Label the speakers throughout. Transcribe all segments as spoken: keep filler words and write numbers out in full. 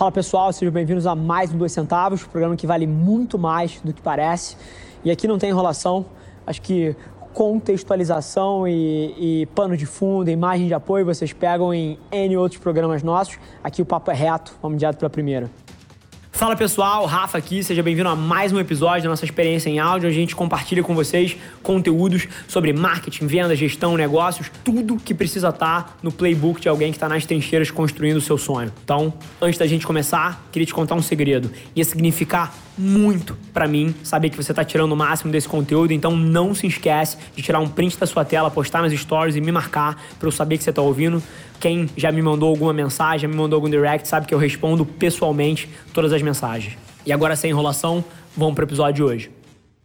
Speaker 1: Fala pessoal, sejam bem-vindos a mais um Dois Centavos, programa que vale muito mais do que parece. E aqui não tem enrolação, acho que contextualização e, e pano de fundo, imagem de apoio, vocês pegam em N outros programas nossos. Aqui o papo é reto, vamos direto para a primeira. Fala pessoal, Rafa aqui, seja bem-vindo a mais um episódio da nossa experiência em áudio, onde a gente compartilha com vocês conteúdos sobre marketing, venda, gestão, negócios, tudo que precisa estar no playbook de alguém que está nas trincheiras construindo o seu sonho. Então, antes da gente começar, queria te contar um segredo. Ia significar muito pra mim saber que você tá tirando o máximo desse conteúdo, então não se esquece de tirar um print da sua tela, postar nas stories e me marcar pra eu saber que você tá ouvindo. Quem já me mandou alguma mensagem, já me mandou algum direct, sabe que eu respondo pessoalmente todas as mensagens. E agora, sem enrolação, vamos pro episódio de hoje.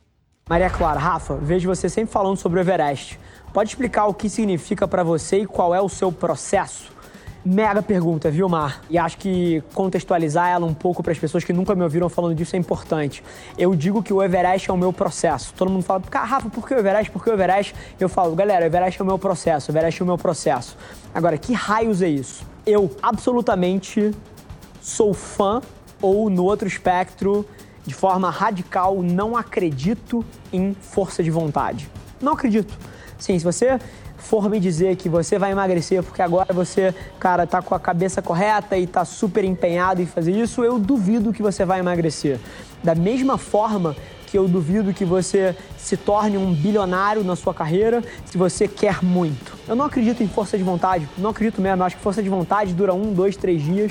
Speaker 1: Maria Clara, Rafa, vejo você sempre falando sobre o Everest. Pode explicar o que significa pra você e qual é o seu processo? Mega pergunta, viu, Mar? E acho que contextualizar ela um pouco para as pessoas que nunca me ouviram falando disso é importante. Eu digo que o Everest é o meu processo. Todo mundo fala, Rafa, por que o Everest? Por que o Everest? Eu falo, galera, o Everest é o meu processo, o Everest é o meu processo. Agora, que raios é isso? Eu absolutamente sou fã, ou no outro espectro, de forma radical, não acredito em força de vontade. Não acredito. Sim, se você for me dizer que você vai emagrecer porque agora você, cara, tá com a cabeça correta e tá super empenhado em fazer isso, eu duvido que você vai emagrecer. Da mesma forma que eu duvido que você se torne um bilionário na sua carreira se você quer muito. Eu não acredito em força de vontade, não acredito mesmo. Eu acho que força de vontade dura um, dois, três dias.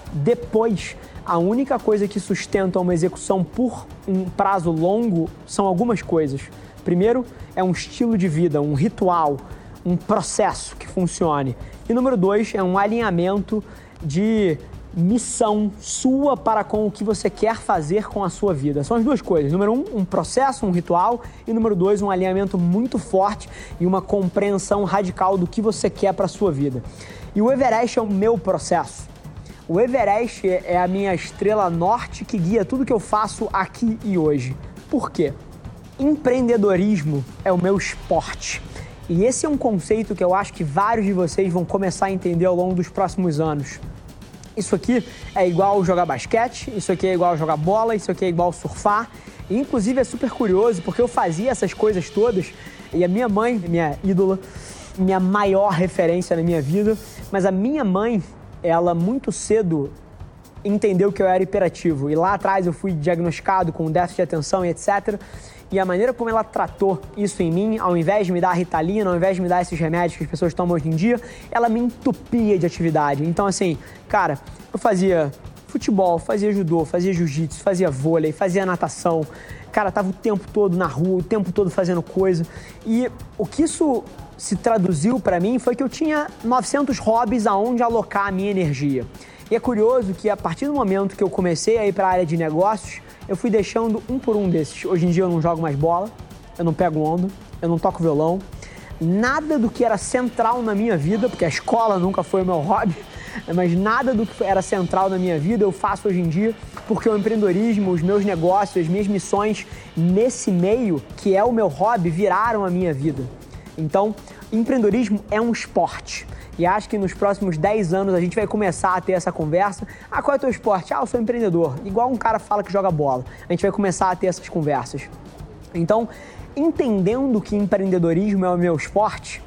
Speaker 1: Depois, a única coisa que sustenta uma execução por um prazo longo são algumas coisas. Primeiro, é um estilo de vida, um ritual, um processo que funcione. E número dois, é um alinhamento de missão sua para com o que você quer fazer com a sua vida. São as duas coisas. Número um, um processo, um ritual. E número dois, um alinhamento muito forte e uma compreensão radical do que você quer para a sua vida. E o Everest é o meu processo. O Everest é a minha estrela norte que guia tudo que eu faço aqui e hoje. Por quê? Empreendedorismo é o meu esporte. E esse é um conceito que eu acho que vários de vocês vão começar a entender ao longo dos próximos anos. Isso aqui é igual jogar basquete, isso aqui é igual jogar bola, isso aqui é igual surfar. E, inclusive, é super curioso porque eu fazia essas coisas todas e a minha mãe, minha ídola, minha maior referência na minha vida, mas a minha mãe, ela muito cedo entendeu que eu era hiperativo. E lá atrás eu fui diagnosticado com déficit de atenção e etcétera. E a maneira como ela tratou isso em mim, ao invés de me dar Ritalina, ao invés de me dar esses remédios que as pessoas tomam hoje em dia, ela me entupia de atividade. Então, assim, cara, eu fazia futebol, fazia judô, fazia jiu-jitsu, fazia vôlei, fazia natação. Cara, tava o tempo todo na rua, o tempo todo fazendo coisa. E o que isso se traduziu pra mim foi que eu tinha novecentos hobbies aonde alocar a minha energia. E é curioso que a partir do momento que eu comecei a ir para a área de negócios, eu fui deixando um por um desses. Hoje em dia eu não jogo mais bola, eu não pego onda, eu não toco violão. Nada do que era central na minha vida, porque a escola nunca foi o meu hobby, mas nada do que era central na minha vida eu faço hoje em dia, porque o empreendedorismo, os meus negócios, as minhas missões nesse meio, que é o meu hobby, viraram a minha vida. Então, empreendedorismo é um esporte. E acho que nos próximos dez anos a gente vai começar a ter essa conversa. Ah, qual é o teu esporte? Ah, eu sou empreendedor. Igual um cara fala que joga bola. A gente vai começar a ter essas conversas. Então, entendendo que empreendedorismo é o meu esporte,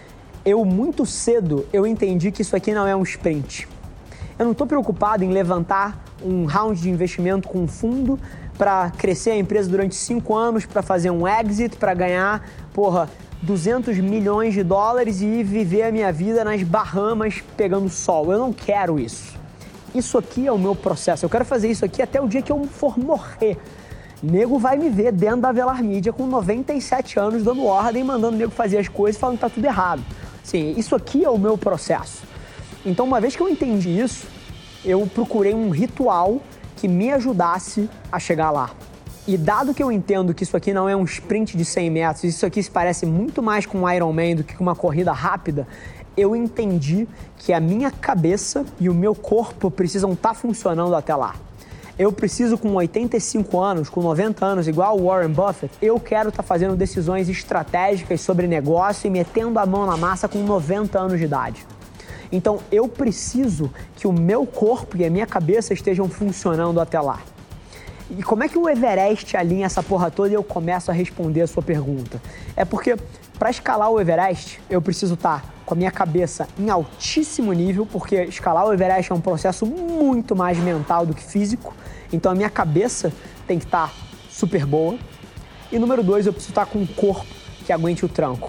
Speaker 1: eu muito cedo eu entendi que isso aqui não é um sprint. Eu não estou preocupado em levantar um round de investimento com um fundo para crescer a empresa durante cinco anos, para fazer um exit, para ganhar, porra, duzentos milhões de dólares e viver a minha vida nas Bahamas pegando sol. Eu não quero isso. Isso aqui é o meu processo. Eu quero fazer isso aqui até o dia que eu for morrer. Nego vai me ver dentro da Velar Mídia com noventa e sete anos dando ordem, mandando o nego fazer as coisas e falando que tá tudo errado. Sim, isso aqui é o meu processo. Então, uma vez que eu entendi isso, eu procurei um ritual que me ajudasse a chegar lá. E dado que eu entendo que isso aqui não é um sprint de cem metros, isso aqui se parece muito mais com um Ironman do que com uma corrida rápida, eu entendi que a minha cabeça e o meu corpo precisam estar funcionando até lá. Eu preciso, com oitenta e cinco anos, com noventa anos, igual o Warren Buffett, eu quero estar fazendo decisões estratégicas sobre negócio e metendo a mão na massa com noventa anos de idade. Então eu preciso que o meu corpo e a minha cabeça estejam funcionando até lá. E como é que o Everest alinha essa porra toda e eu começo a responder a sua pergunta? É porque para escalar o Everest, eu preciso estar com a minha cabeça em altíssimo nível, porque escalar o Everest é um processo muito mais mental do que físico. Então a minha cabeça tem que estar super boa. E número dois, eu preciso estar com um corpo que aguente o tranco.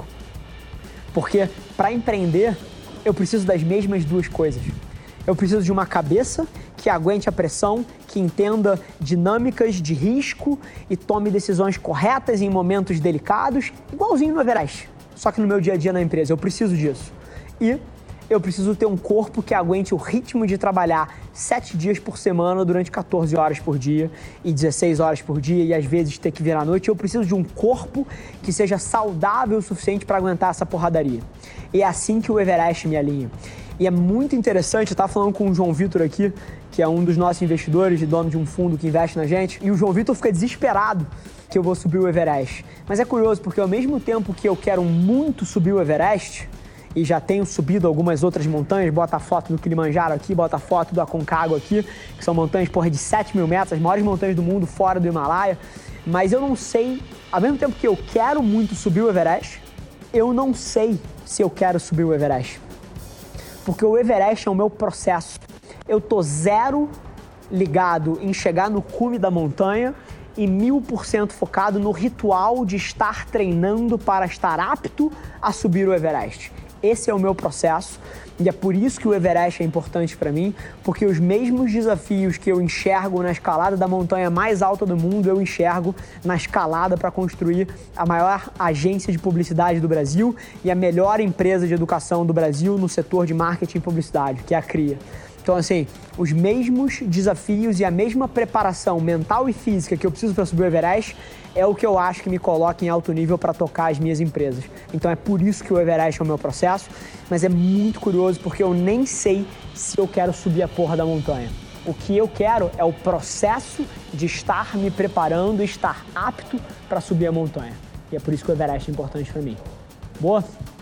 Speaker 1: Porque para empreender, eu preciso das mesmas duas coisas. Eu preciso de uma cabeça que aguente a pressão, que entenda dinâmicas de risco e tome decisões corretas em momentos delicados, igualzinho no Everest, só que no meu dia a dia na empresa. Eu preciso disso. E eu preciso ter um corpo que aguente o ritmo de trabalhar sete dias por semana durante quatorze horas por dia e dezesseis horas por dia e às vezes ter que vir à noite. Eu preciso de um corpo que seja saudável o suficiente para aguentar essa porradaria. E é assim que o Everest me alinha. E é muito interessante, eu estava falando com o João Vitor aqui, que é um dos nossos investidores e dono de um fundo que investe na gente, e o João Vitor fica desesperado que eu vou subir o Everest. Mas é curioso, porque ao mesmo tempo que eu quero muito subir o Everest, e já tenho subido algumas outras montanhas, bota a foto do Kilimanjaro aqui, bota a foto do Aconcagua aqui, que são montanhas, porra, de sete mil metros, as maiores montanhas do mundo fora do Himalaia, mas eu não sei, ao mesmo tempo que eu quero muito subir o Everest, eu não sei se eu quero subir o Everest. Porque o Everest é o meu processo. Eu tô zero ligado em chegar no cume da montanha e mil por cento focado no ritual de estar treinando para estar apto a subir o Everest. Esse é o meu processo e é por isso que o Everest é importante para mim, porque os mesmos desafios que eu enxergo na escalada da montanha mais alta do mundo, eu enxergo na escalada para construir a maior agência de publicidade do Brasil e a melhor empresa de educação do Brasil no setor de marketing e publicidade, que é a CRIA. Então, assim, os mesmos desafios e a mesma preparação mental e física que eu preciso para subir o Everest é o que eu acho que me coloca em alto nível para tocar as minhas empresas. Então é por isso que o Everest é o meu processo, mas é muito curioso porque eu nem sei se eu quero subir a porra da montanha. O que eu quero é o processo de estar me preparando e estar apto para subir a montanha. E é por isso que o Everest é importante para mim. Boa?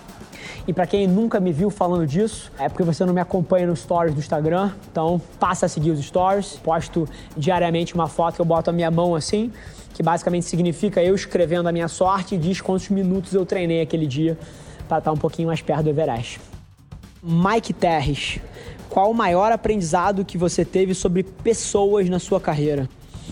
Speaker 1: E para quem nunca me viu falando disso, é porque você não me acompanha nos stories do Instagram, então passa a seguir os stories. Posto diariamente uma foto que eu boto a minha mão assim, que basicamente significa eu escrevendo a minha sorte e diz quantos minutos eu treinei aquele dia para estar um pouquinho mais perto do Everest. Mike Terres, qual o maior aprendizado que você teve sobre pessoas na sua carreira?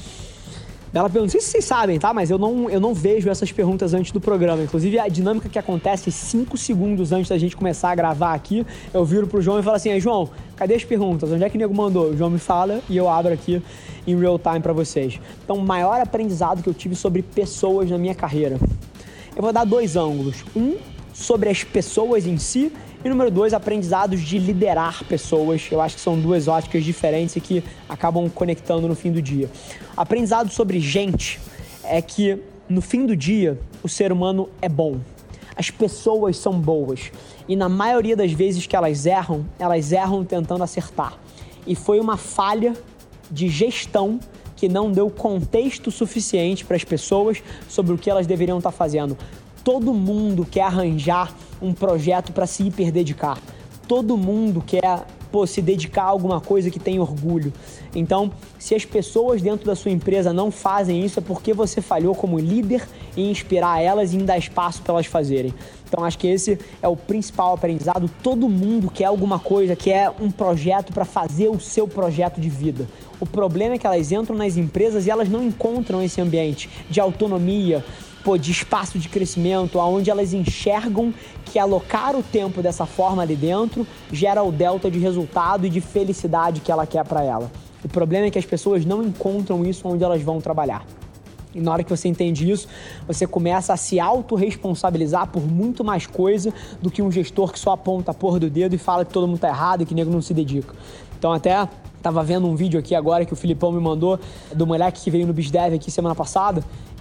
Speaker 1: Bela pergunta. Não sei se vocês sabem, tá? Mas eu não, eu não vejo essas perguntas antes do programa. Inclusive, a dinâmica que acontece cinco segundos antes da gente começar a gravar aqui, eu viro pro João e falo assim, aí, João, cadê as perguntas? Onde é que o nego mandou? O João me fala e eu abro aqui em real time para vocês. Então, o maior aprendizado que eu tive sobre pessoas na minha carreira. Eu vou dar dois ângulos. Um, sobre as pessoas em si, e número dois, aprendizados de liderar pessoas. Eu acho que são duas óticas diferentes e que acabam conectando no fim do dia. Aprendizado sobre gente é que, no fim do dia, o ser humano é bom. As pessoas são boas. E na maioria das vezes que elas erram, elas erram tentando acertar. E foi uma falha de gestão que não deu contexto suficiente para as pessoas sobre o que elas deveriam estar fazendo. Todo mundo quer arranjar um projeto para se hiperdedicar. Todo mundo quer, pô, se dedicar a alguma coisa que tem orgulho. Então, se as pessoas dentro da sua empresa não fazem isso, é porque você falhou como líder em inspirar elas e em dar espaço para elas fazerem. Então, acho que esse é o principal aprendizado. Todo mundo quer alguma coisa, quer um projeto para fazer o seu projeto de vida. O problema é que elas entram nas empresas e elas não encontram esse ambiente de autonomia, pô, de espaço de crescimento, onde elas enxergam que alocar o tempo dessa forma ali dentro gera o delta de resultado e de felicidade que ela quer para ela. O problema é que as pessoas não encontram isso onde elas vão trabalhar. E na hora que você entende isso, você começa a se autorresponsabilizar por muito mais coisa do que um gestor que só aponta a porra do dedo e fala que todo mundo tá errado e que nego não se dedica. Então até tava vendo um vídeo aqui agora que o Filipão me mandou do moleque que veio no BizDev aqui semana passada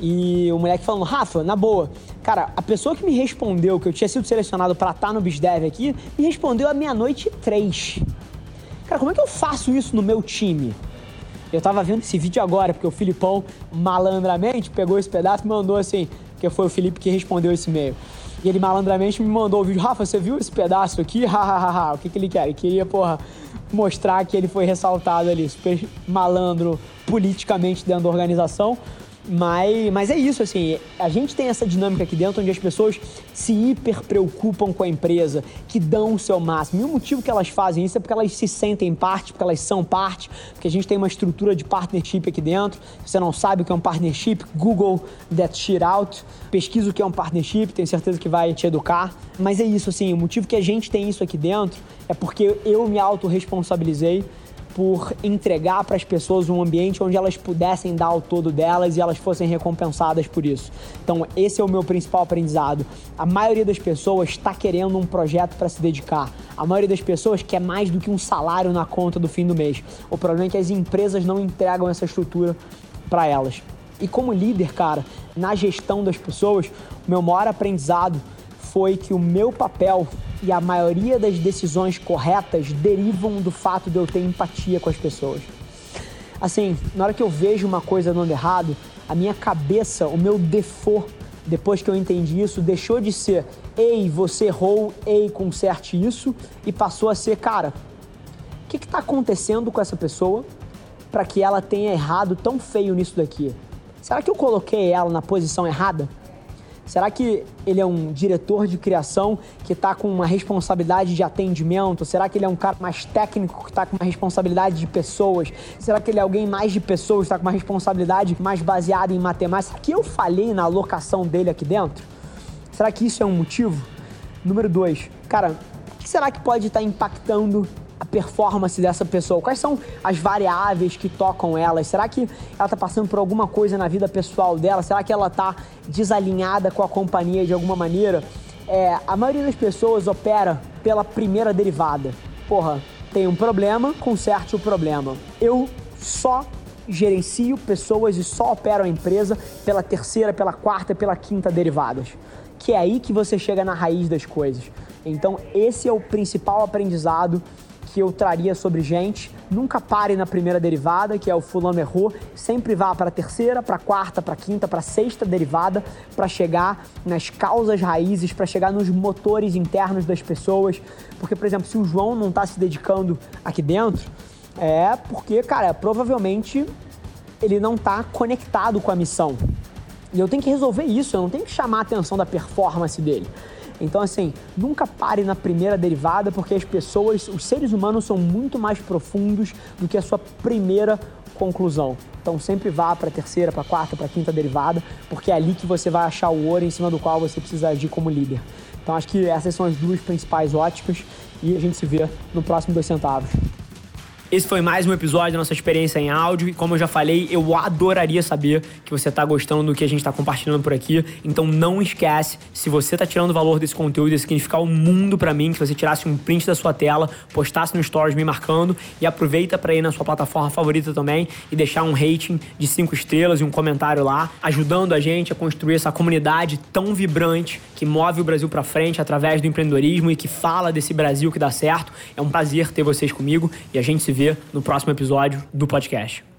Speaker 1: e o moleque falando, Rafa, na boa, cara, a pessoa que me respondeu que eu tinha sido selecionado pra estar no BizDev aqui, me respondeu à meia-noite e três. Cara, como é que eu faço isso no meu time? Eu tava vendo esse vídeo agora, porque o Filipão malandramente pegou esse pedaço e mandou assim, que foi o Felipe que respondeu esse e-mail. E ele malandramente me mandou o vídeo. Rafa, você viu esse pedaço aqui? Hahaha. O que que ele quer? Ele queria, porra, mostrar que ele foi ressaltado ali, super malandro politicamente dentro da organização. Mas, mas é isso, assim, a gente tem essa dinâmica aqui dentro onde as pessoas se hiper preocupam com a empresa, que dão o seu máximo. E o motivo que elas fazem isso é porque elas se sentem parte, porque elas são parte, porque a gente tem uma estrutura de partnership aqui dentro. Se você não sabe o que é um partnership, Google that shit out, pesquisa o que é um partnership, tenho certeza que vai te educar. Mas é isso, assim, o motivo que a gente tem isso aqui dentro é porque eu me autorresponsabilizei por entregar para as pessoas um ambiente onde elas pudessem dar o todo delas e elas fossem recompensadas por isso. Então, esse é o meu principal aprendizado. A maioria das pessoas está querendo um projeto para se dedicar. A maioria das pessoas quer mais do que um salário na conta do fim do mês. O problema é que as empresas não entregam essa estrutura para elas. E como líder, cara, na gestão das pessoas, o meu maior aprendizado foi que o meu papel e a maioria das decisões corretas derivam do fato de eu ter empatia com as pessoas. Assim, na hora que eu vejo uma coisa dando errado, a minha cabeça, o meu default, depois que eu entendi isso, deixou de ser ei, você errou, ei, conserte isso, e passou a ser, cara, o que está acontecendo com essa pessoa para que ela tenha errado tão feio nisso daqui? Será que eu coloquei ela na posição errada? Será que ele é um diretor de criação que está com uma responsabilidade de atendimento? Será que ele é um cara mais técnico que está com uma responsabilidade de pessoas? Será que ele é alguém mais de pessoas, está com uma responsabilidade mais baseada em matemática? Será que eu falhei na alocação dele aqui dentro? Será que isso é um motivo? Número dois, cara, o que será que pode estar impactando a performance dessa pessoa? Quais são as variáveis que tocam ela? Será que ela está passando por alguma coisa na vida pessoal dela? Será que ela está desalinhada com a companhia de alguma maneira? É, a maioria das pessoas opera pela primeira derivada. Porra, tem um problema, conserte o problema. Eu só gerencio pessoas e só opero a empresa pela terceira, pela quarta, pela quinta derivadas. Que é aí que você chega na raiz das coisas. Então, esse é o principal aprendizado que eu traria sobre gente. Nunca pare na primeira derivada, que é o fulano errou. Sempre vá para a terceira, para a quarta, para a quinta, para a sexta derivada, para chegar nas causas raízes, para chegar nos motores internos das pessoas. Porque, por exemplo, se o João não está se dedicando aqui dentro, é porque, cara, provavelmente ele não está conectado com a missão. E eu tenho que resolver isso, eu não tenho que chamar a atenção da performance dele. Então, assim, nunca pare na primeira derivada, porque as pessoas, os seres humanos são muito mais profundos do que a sua primeira conclusão. Então, sempre vá para a terceira, para a quarta, para a quinta derivada, porque é ali que você vai achar o ouro em cima do qual você precisa agir como líder. Então, acho que essas são as duas principais óticas e a gente se vê no próximo Dois Centavos. Esse foi mais um episódio da nossa experiência em áudio e, como eu já falei, eu adoraria saber que você está gostando do que a gente está compartilhando por aqui. Então não esquece, se você está tirando valor desse conteúdo, ia significar o mundo para mim, que você tirasse um print da sua tela, postasse no Stories me marcando, e aproveita para ir na sua plataforma favorita também e deixar um rating de cinco estrelas e um comentário lá, ajudando a gente a construir essa comunidade tão vibrante que move o Brasil para frente através do empreendedorismo e que fala desse Brasil que dá certo. É um prazer ter vocês comigo e a gente se vê no próximo episódio do podcast.